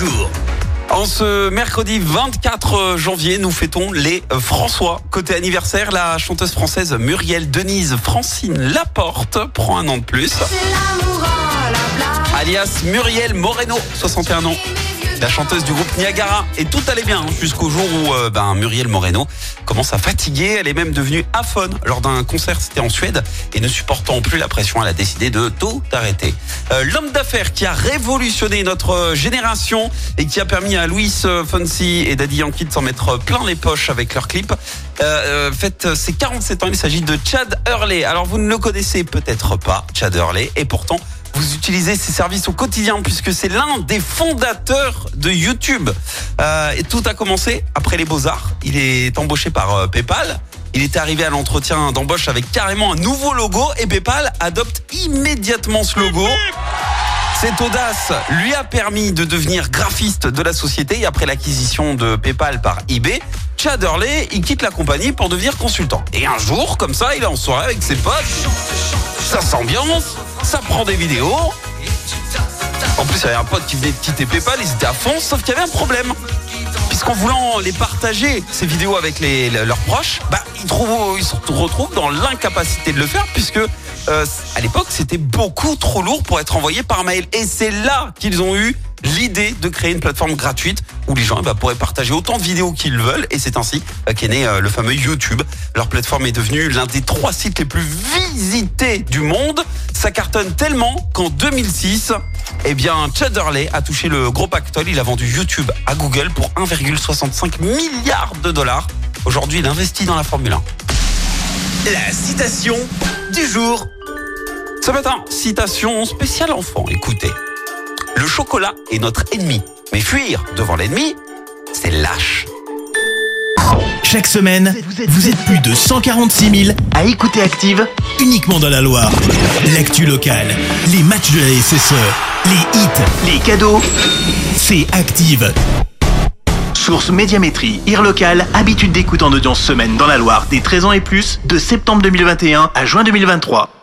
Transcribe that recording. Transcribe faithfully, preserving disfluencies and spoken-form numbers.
jour. En ce mercredi vingt-quatre janvier, nous fêtons les François. Côté anniversaire, la chanteuse française Muriel Denise Francine Laporte prend un an de plus. Alias Muriel Moreno, soixante et un ans. La chanteuse du groupe Niagara. Et tout allait bien jusqu'au jour où euh, ben, Muriel Moreno commence à fatiguer. Elle est même devenue aphone lors d'un concert, c'était en Suède. Et ne supportant plus la pression, elle a décidé de tout arrêter. Euh, l'homme d'affaires qui a révolutionné notre génération et qui a permis à Luis Fonsi et Daddy Yankee de s'en mettre plein les poches avec leurs clips. Euh, fête ses quarante-sept ans, il s'agit de Chad Hurley. Alors vous ne le connaissez peut-être pas, Chad Hurley, et pourtant vous utilisez ses services au quotidien puisque c'est l'un des fondateurs de YouTube. Euh, et tout a commencé après les Beaux-Arts. Il est embauché par euh, PayPal. Il était arrivé à l'entretien d'embauche avec carrément un nouveau logo et PayPal adopte immédiatement ce logo. Cette audace lui a permis de devenir graphiste de la société et après l'acquisition de PayPal par eBay, Chad Hurley, il quitte la compagnie pour devenir consultant. Et un jour, comme ça, il est en soirée avec ses potes. Ça s'ambiance, ça prend des vidéos. En plus, il y avait un pote qui venait de quitter PayPal, ils étaient à fond, sauf qu'il y avait un problème. Puisqu'en voulant les partager, ces vidéos avec les, leurs proches, bah, ils, trouvent, ils se retrouvent dans l'incapacité de le faire puisque euh, à l'époque, c'était beaucoup trop lourd pour être envoyé par mail. Et c'est là qu'ils ont eu l'idée de créer une plateforme gratuite où les gens bah, pourraient partager autant de vidéos qu'ils veulent. Et c'est ainsi bah, qu'est né euh, le fameux YouTube. Leur plateforme est devenue l'un des trois sites les plus visités du monde. Ça cartonne tellement qu'en deux mille six, eh bien, Chad Hurley a touché le gros pactole. Il a vendu YouTube à Google pour un virgule soixante-cinq milliard de dollars. Aujourd'hui, il investit dans la Formule un. La citation du jour. Ce matin, citation spéciale enfant. Écoutez. Le chocolat est notre ennemi. Mais fuir devant l'ennemi, c'est lâche. Chaque semaine, vous êtes plus de cent quarante-six mille à écouter Active uniquement dans la Loire. L'actu locale, les matchs de la S S E, les hits, les cadeaux, c'est Active. Source Médiamétrie, I R local, habitude d'écoute en audience semaine dans la Loire des treize ans et plus, de septembre deux mille vingt et un à juin deux mille vingt-trois.